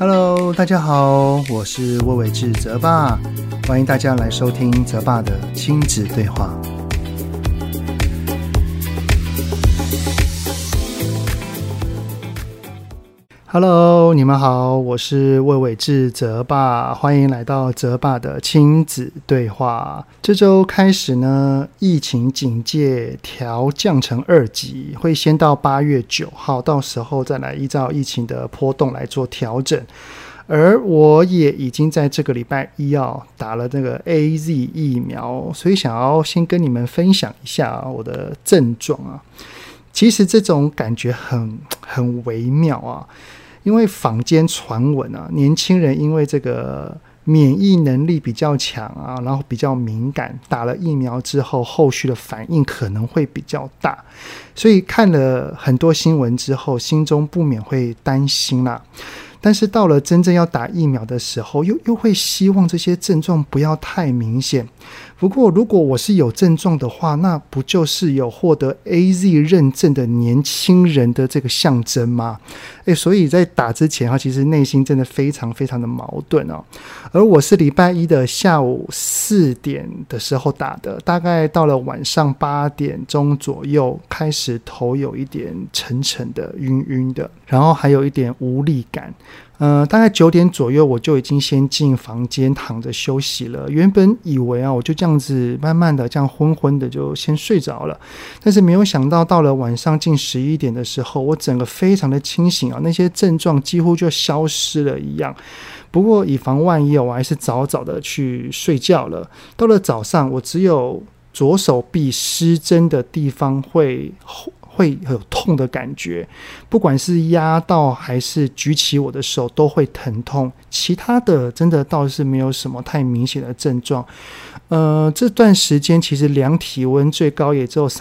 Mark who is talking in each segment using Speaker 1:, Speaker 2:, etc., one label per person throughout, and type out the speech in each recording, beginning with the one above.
Speaker 1: Hello， 大家好，我是魏伟志泽爸，欢迎大家来收听泽爸的亲子对话。Hello， 你们好，我是魏伟志泽爸，欢迎来到泽爸的亲子对话。这周开始呢，疫情警戒调降成2级，会先到8月9号，到时候再来依照疫情的波动来做调整。而我也已经在这个礼拜一打了那个 AZ 疫苗，所以想要先跟你们分享一下我的症状啊。其实这种感觉很微妙啊。因为坊间传闻啊，年轻人因为这个免疫能力比较强啊，然后比较敏感，打了疫苗之后后续的反应可能会比较大，所以看了很多新闻之后，心中不免会担心啦。但是到了真正要打疫苗的时候，又会希望这些症状不要太明显。不过如果我是有症状的话，那不就是有获得 AZ 认证的年轻人的这个象征吗？所以在打之前其实内心真的非常非常的矛盾哦。而我是礼拜一的下午4点的时候打的，大概到了晚上8点钟左右，开始头有一点沉沉的、晕晕的，然后还有一点无力感。大概9点左右我就已经先进房间躺着休息了。原本以为我就这样子慢慢的这样昏昏的就先睡着了，但是没有想到了晚上近11点的时候，我整个非常的清醒那些症状几乎就消失了一样。不过以防万一我还是早早的去睡觉了。到了早上，我只有左手臂施针的地方会有痛的感觉，不管是压到还是举起我的手都会疼痛，其他的真的倒是没有什么太明显的症状。这段时间其实量体温最高也只有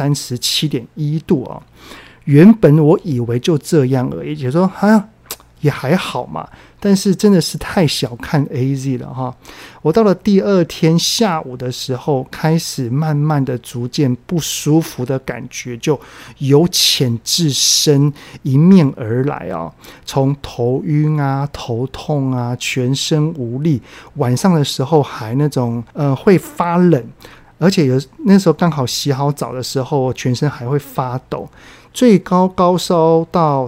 Speaker 1: 37.1 度原本我以为就这样而已，就说也还好嘛，但是真的是太小看 AZ 了哈。我到了第2天下午的时候，开始慢慢的逐渐不舒服的感觉就由浅至深迎面而来从头晕头痛全身无力，晚上的时候还那种会发冷，而且那时候刚好洗好澡的时候，全身还会发抖。最高高烧到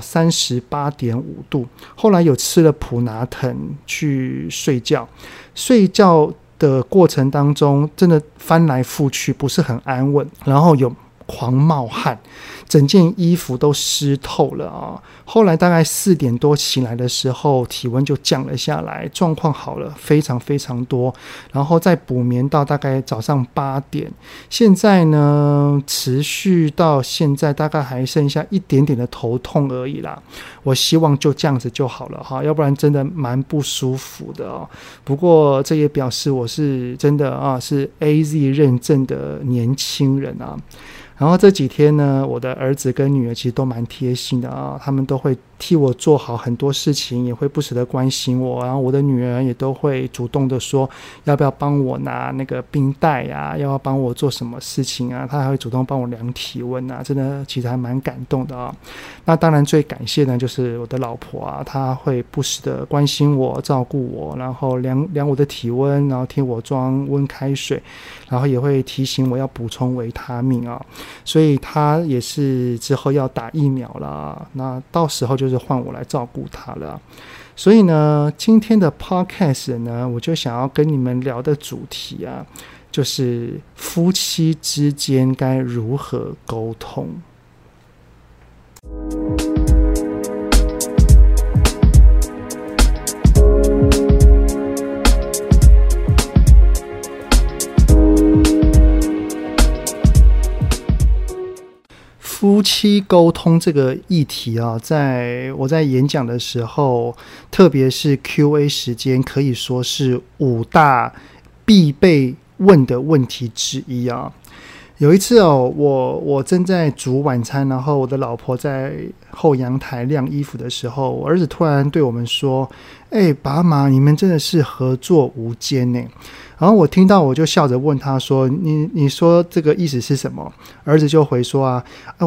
Speaker 1: 38.5 度，后来有吃了普拿疼去睡觉的过程当中真的翻来覆去不是很安稳，然后有狂冒汗，整件衣服都湿透了后来大概4点多起来的时候，体温就降了下来，状况好了非常非常多，然后再补眠到大概早上8点，现在呢持续到现在大概还剩下一点点的头痛而已啦。我希望就这样子就好了要不然真的蛮不舒服的不过这也表示我是真的是 AZ 认证的年轻人然后这几天呢，我的儿子跟女儿其实都蛮贴心的他们都会替我做好很多事情，也会不时的关心我，然后我的女儿也都会主动的说要不要帮我拿那个冰袋要不要帮我做什么事情她还会主动帮我量体温真的其实还蛮感动的那当然最感谢呢就是我的老婆她会不时的关心我、照顾我，然后量我的体温，然后替我装温开水，然后也会提醒我要补充维他命所以她也是之后要打疫苗了，那到时候就是换我来照顾她了。所以呢，今天的 podcast 呢，我就想要跟你们聊的主题就是夫妻之间该如何沟通。夫妻沟通这个议题在我在演讲的时候，特别是 Q&A 时间，可以说是5大必备问的问题之一有一次我正在煮晚餐，然后我的老婆在后阳台晾衣服的时候，我儿子突然对我们说：“爸妈，你们真的是合作无间呢。”然后我听到我就笑着问他说：“你说这个意思是什么？”儿子就回说：“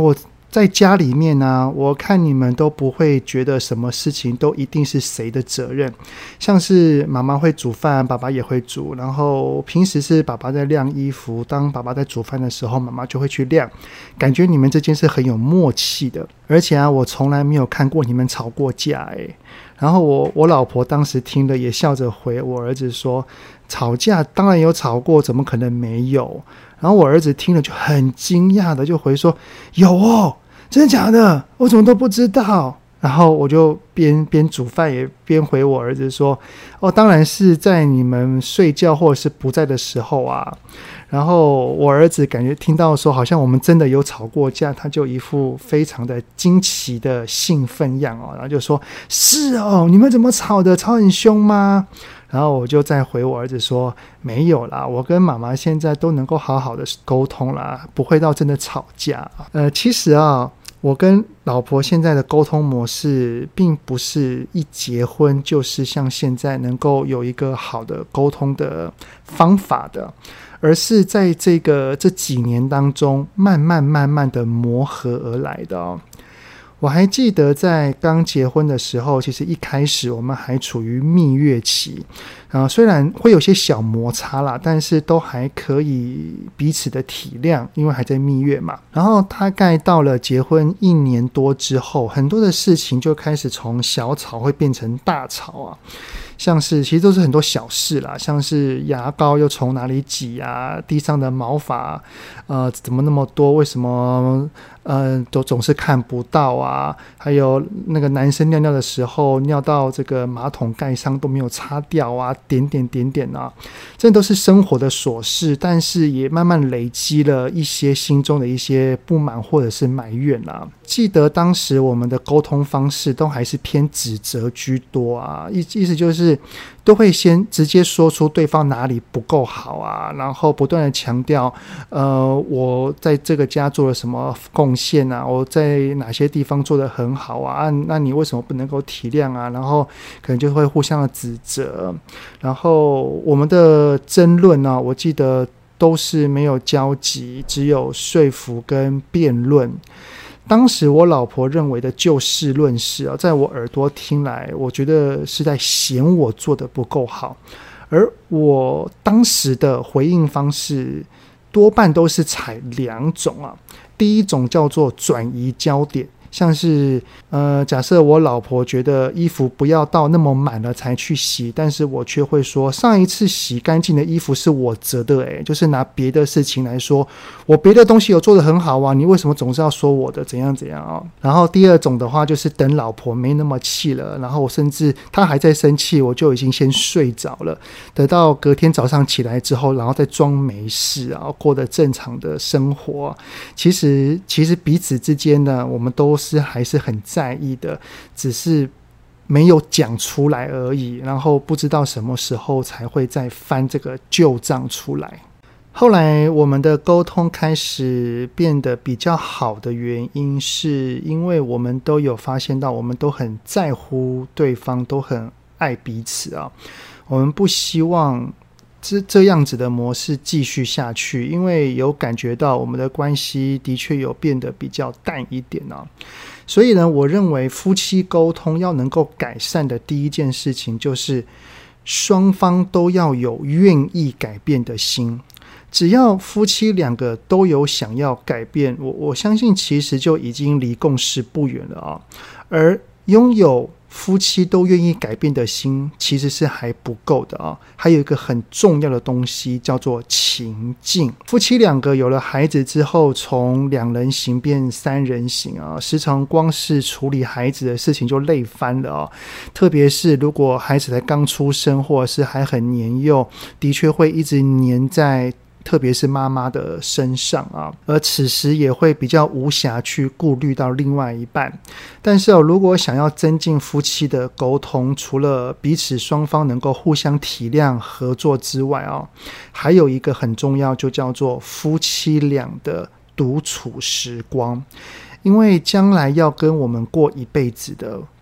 Speaker 1: 在家里面呢，我看你们都不会觉得什么事情都一定是谁的责任，像是妈妈会煮饭，爸爸也会煮，然后平时是爸爸在晾衣服，当爸爸在煮饭的时候，妈妈就会去晾，感觉你们这件事很有默契的。而且我从来没有看过你们吵过架然后我老婆当时听了也笑着回我儿子说，吵架当然有吵过，怎么可能没有？然后我儿子听了就很惊讶的就回说，有哦，真的假的？我怎么都不知道。然后我就边煮饭也边回我儿子说，当然是在你们睡觉或者是不在的时候啊。然后我儿子感觉听到说好像我们真的有吵过架，他就一副非常的惊奇的兴奋样然后就说，是哦，你们怎么吵的？吵很凶吗？然后我就再回我儿子说，没有啦，我跟妈妈现在都能够好好的沟通啦，不会到真的吵架。其实我跟老婆现在的沟通模式并不是一结婚就是像现在能够有一个好的沟通的方法的，而是在这几年当中慢慢的磨合而来的我还记得在刚结婚的时候，其实一开始我们还处于蜜月期虽然会有些小摩擦啦，但是都还可以彼此的体谅，因为还在蜜月嘛。然后大概到了结婚1年多之后，很多的事情就开始从小吵会变成大吵像是其实都是很多小事啦，像是牙膏又从哪里挤地上的毛发怎么那么多，为什么都总是看不到还有那个男生尿尿的时候尿到这个马桶盖上都没有擦掉点点这都是生活的琐事，但是也慢慢累积了一些心中的一些不满或者是埋怨记得当时我们的沟通方式都还是偏指责居多意思就是都会先直接说出对方哪里不够好然后不断的强调我在这个家做了什么贡献我在哪些地方做得很好那你为什么不能够体谅然后可能就会互相的指责，然后我们的争论我记得都是没有交集，只有说服跟辩论。当时我老婆认为的就事论事在我耳朵听来，我觉得是在嫌我做得不够好，而我当时的回应方式多半都是采2种第一种叫做转移焦点，像是假设我老婆觉得衣服不要到那么满了才去洗，但是我却会说上一次洗干净的衣服是我折的就是拿别的事情来说，我别的东西有做得很好你为什么总是要说我的怎样怎样然后第二种的话就是等老婆没那么气了，然后我甚至她还在生气，我就已经先睡着了，等到隔天早上起来之后，然后再装没事过得正常的生活。其实彼此之间呢，我们都是还是很在意的，只是没有讲出来而已，然后不知道什么时候才会再翻这个旧账出来。后来我们的沟通开始变得比较好的原因，是因为我们都有发现到我们都很在乎对方，都很爱彼此我们不希望这样子的模式继续下去，因为有感觉到我们的关系的确有变得比较淡一点所以呢，我认为夫妻沟通要能够改善的第一件事情，就是双方都要有愿意改变的心。只要夫妻2个都有想要改变，我相信其实就已经离共识不远了而拥有夫妻都愿意改变的心其实是还不够的还有一个很重要的东西叫做情境。夫妻2个有了孩子之后，从2人行变3人行时常光是处理孩子的事情就累翻了特别是如果孩子才刚出生或者是还很年幼，的确会一直黏在特别是妈妈的身上而此时也会比较无暇去顾虑到另外一半。但是如果想要增进夫妻的沟通，除了彼此双方能够互相体谅合作之外还有一个很重要，就叫做夫妻俩的独处时光。因为将来要跟我们过一辈子的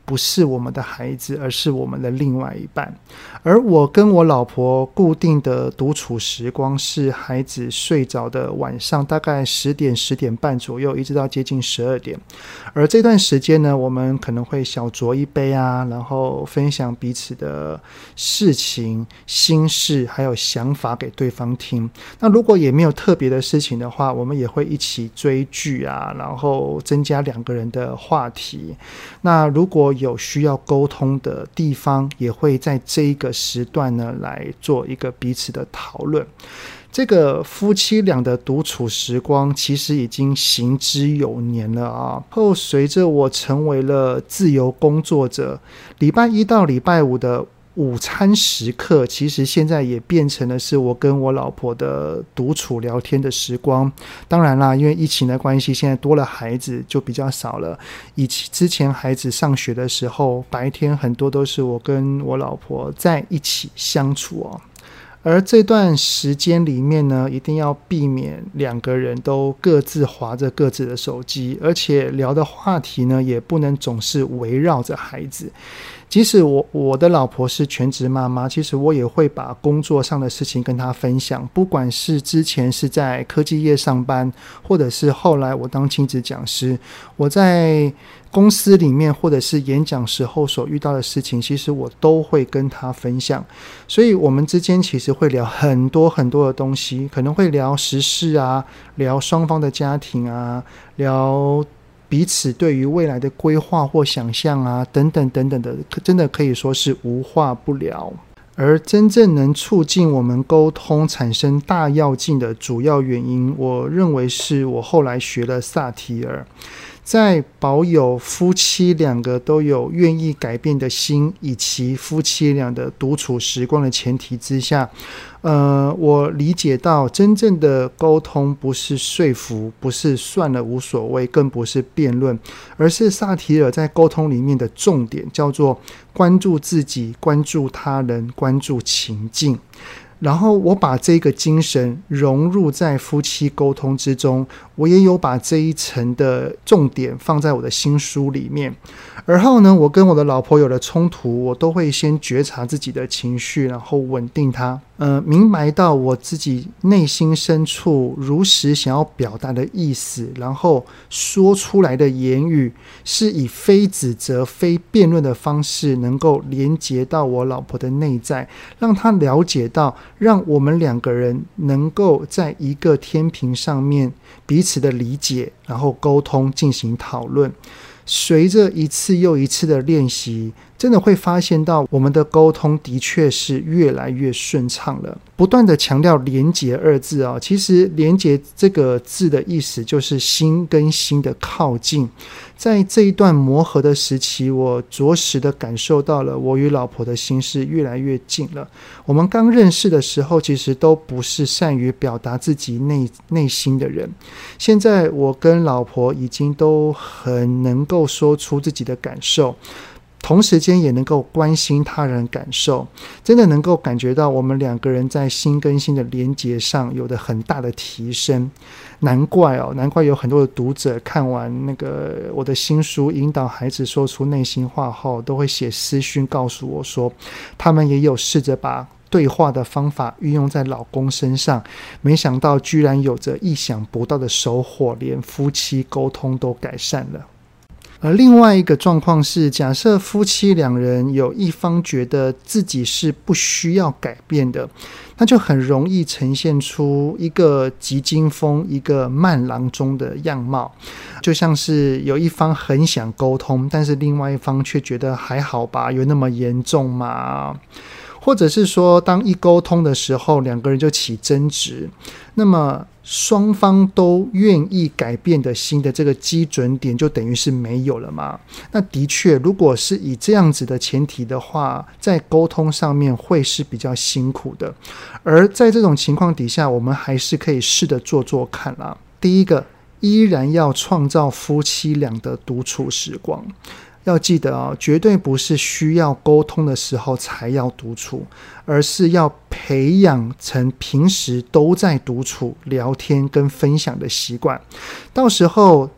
Speaker 1: 不是我们的孩子，而是我们的另外一半。而我跟我老婆固定的独处时光是孩子睡着的晚上，大概10点10点半左右，一直到接近12点。而这段时间呢，我们可能会小酌一杯啊，然后分享彼此的事情、心事还有想法给对方听。那如果也没有特别的事情的话，我们也会一起追剧啊，然后增加2个人的话题。那如果有需要沟通的地方，也会在这一个时段呢来做一个彼此的讨论。这个夫妻俩的独处时光其实已经行之有年了啊。后随着我成为了自由工作者，礼拜一到礼拜五的午餐时刻，其实现在也变成了是我跟我老婆的独处聊天的时光。当然啦，因为疫情的关系，现在多了孩子就比较少了。之前孩子上学的时候，白天很多都是我跟我老婆在一起相处哦。而这段时间里面呢，一定要避免2个人都各自滑着各自的手机，而且聊的话题呢，也不能总是围绕着孩子。即使我的老婆是全职妈妈，其实我也会把工作上的事情跟她分享，不管是之前是在科技业上班，或者是后来我当亲子讲师，我在公司里面或者是演讲时候所遇到的事情，其实我都会跟她分享。所以我们之间其实会聊很多很多的东西，可能会聊时事啊，聊双方的家庭啊，聊彼此对于未来的规划或想象啊，等等等等的，真的可以说是无话不聊。而真正能促进我们沟通产生大跃进的主要原因，我认为是我后来学了萨提尔。在保有夫妻2个都有愿意改变的心，以及夫妻俩的独处时光的前提之下，我理解到真正的沟通不是说服，不是算了无所谓，更不是辩论，而是萨提尔在沟通里面的重点叫做关注自己，关注他人，关注情境。然后我把这个精神融入在夫妻沟通之中，我也有把这一层的重点放在我的新书里面。而后呢，我跟我的老婆有了冲突，我都会先觉察自己的情绪，然后稳定它，明白到我自己内心深处如实想要表达的意思，然后说出来的言语是以非指责、非辩论的方式，能够连接到我老婆的内在，让她了解到，让我们2个人能够在一个天平上面彼此的理解，然后沟通进行讨论。随着一次又一次的练习，真的会发现到我们的沟通的确是越来越顺畅了。不断的强调连结2字啊，其实连结这个字的意思就是心跟心的靠近。在这一段磨合的时期，我着实的感受到了我与老婆的心是越来越近了。我们刚认识的时候，其实都不是善于表达自己内心的人。现在我跟老婆已经都很能够说出自己的感受，同时间也能够关心他人感受，真的能够感觉到我们2个人在心跟心的连结上有了很大的提升。难怪有很多的读者看完我的新书引导孩子说出内心话后，都会写私讯告诉我说，他们也有试着把对话的方法运用在老公身上，没想到居然有着意想不到的收获，连夫妻沟通都改善了。而另外一个状况是，假设夫妻2人有一方觉得自己是不需要改变的，那就很容易呈现出一个急惊风一个慢郎中的样貌，就像是有一方很想沟通，但是另外一方却觉得还好吧，有那么严重吗？或者是说，当一沟通的时候，2个人就起争执，那么双方都愿意改变的心的这个基准点就等于是没有了嘛？那的确，如果是以这样子的前提的话，在沟通上面会是比较辛苦的。而在这种情况底下，我们还是可以试着做做看啦。第一个，依然要创造夫妻俩的独处时光。要记得绝对不是需要沟通的时候才要独处，而是要培养成平时都在独处聊天跟分享的习惯。到时候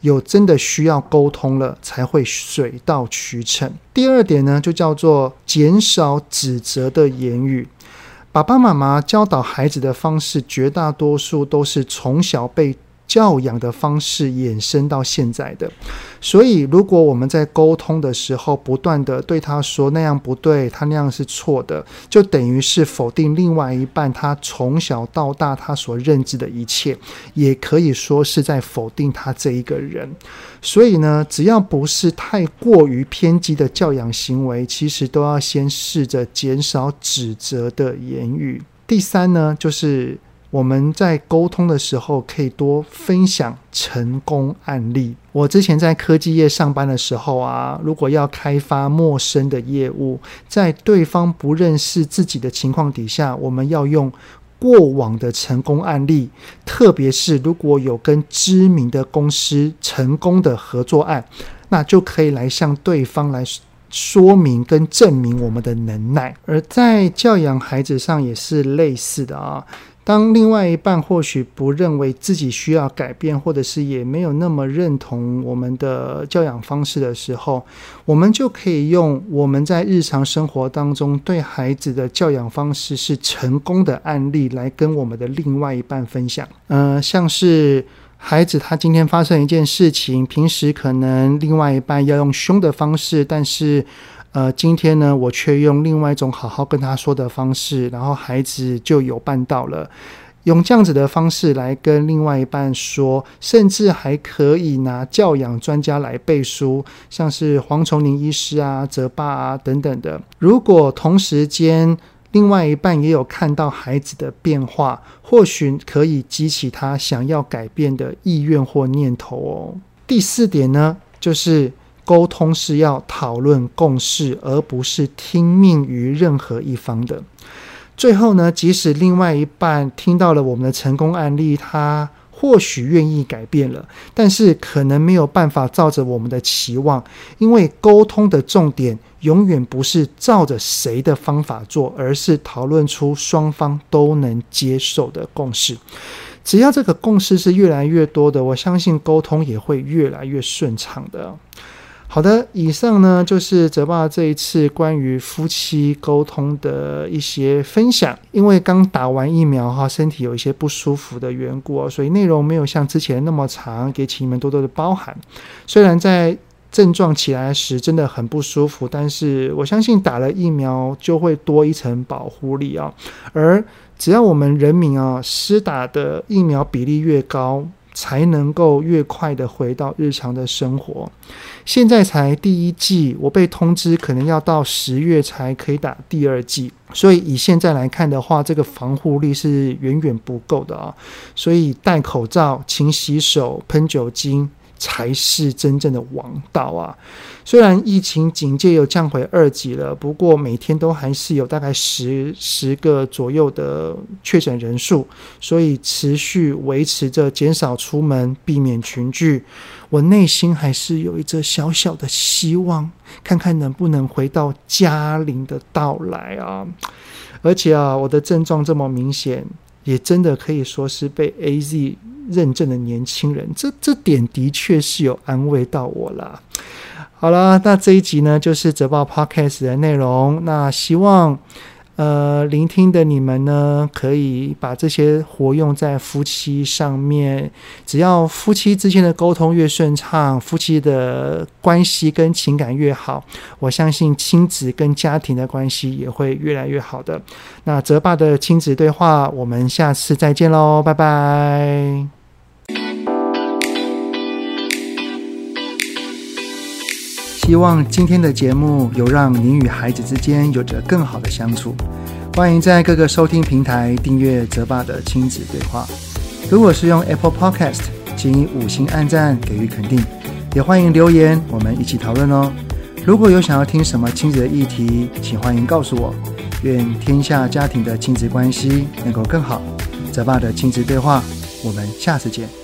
Speaker 1: 有真的需要沟通了，才会水到渠成。第二点呢，就叫做减少指责的言语。爸爸妈妈教导孩子的方式，绝大多数都是从小被教养的方式衍生到现在的。所以如果我们在沟通的时候不断的对他说那样不对，他那样是错的，就等于是否定另外一半他从小到大他所认知的一切，也可以说是在否定他这一个人。所以呢，只要不是太过于偏激的教养行为，其实都要先试着减少指责的言语。第三呢，就是我们在沟通的时候可以多分享成功案例。我之前在科技业上班的时候啊，如果要开发陌生的业务，在对方不认识自己的情况底下，我们要用过往的成功案例，特别是如果有跟知名的公司成功的合作案，那就可以来向对方来说明跟证明我们的能耐。而在教养孩子上也是类似的啊。当另外一半或许不认为自己需要改变，或者是也没有那么认同我们的教养方式的时候，我们就可以用我们在日常生活当中对孩子的教养方式是成功的案例来跟我们的另外一半分享。像是孩子他今天发生一件事情，平时可能另外一半要用凶的方式，但是今天呢，我却用另外一种好好跟他说的方式，然后孩子就有办到了。用这样子的方式来跟另外一半说，甚至还可以拿教养专家来背书，像是黄崇宁医师啊、泽爸啊等等的。如果同时间另外一半也有看到孩子的变化，或许可以激起他想要改变的意愿或念头哦。第四点呢，就是沟通是要讨论共识，而不是听命于任何一方的。最后呢，即使另外一半听到了我们的成功案例，他或许愿意改变了，但是可能没有办法照着我们的期望，因为沟通的重点永远不是照着谁的方法做，而是讨论出双方都能接受的共识。只要这个共识是越来越多的，我相信沟通也会越来越顺畅的。好的，以上呢就是泽爸这一次关于夫妻沟通的一些分享。因为刚打完疫苗身体有一些不舒服的缘故，所以内容没有像之前那么长，给请你们多多的包涵。虽然在症状起来时真的很不舒服，但是我相信打了疫苗就会多一层保护力啊。而只要我们人民施打的疫苗比例越高，才能够越快的回到日常的生活。现在才第一剂，我被通知可能要到10月才可以打第二剂，所以以现在来看的话，这个防护力是远远不够的啊。所以戴口罩、勤洗手、喷酒精才是真正的王道啊！虽然疫情警戒有降回2级了，不过每天都还是有大概10个左右的确诊人数，所以持续维持着减少出门，避免群聚。我内心还是有一则小小的希望，看看能不能回到嘉玲的到来啊！而且我的症状这么明显，也真的可以说是被 AZ 认证的年轻人，这点的确是有安慰到我啦。好了，那这一集呢就是泽爸 Podcast 的内容。那希望聆听的你们呢，可以把这些活用在夫妻上面。只要夫妻之间的沟通越顺畅，夫妻的关系跟情感越好，我相信亲子跟家庭的关系也会越来越好的。那泽爸的亲子对话，我们下次再见咯，拜拜。希望今天的节目有让您与孩子之间有着更好的相处。欢迎在各个收听平台订阅泽爸的亲子对话。如果是用 Apple Podcast， 请以5星按赞给予肯定，也欢迎留言，我们一起讨论哦。如果有想要听什么亲子的议题，请欢迎告诉我。愿天下家庭的亲子关系能够更好。泽爸的亲子对话，我们下次见。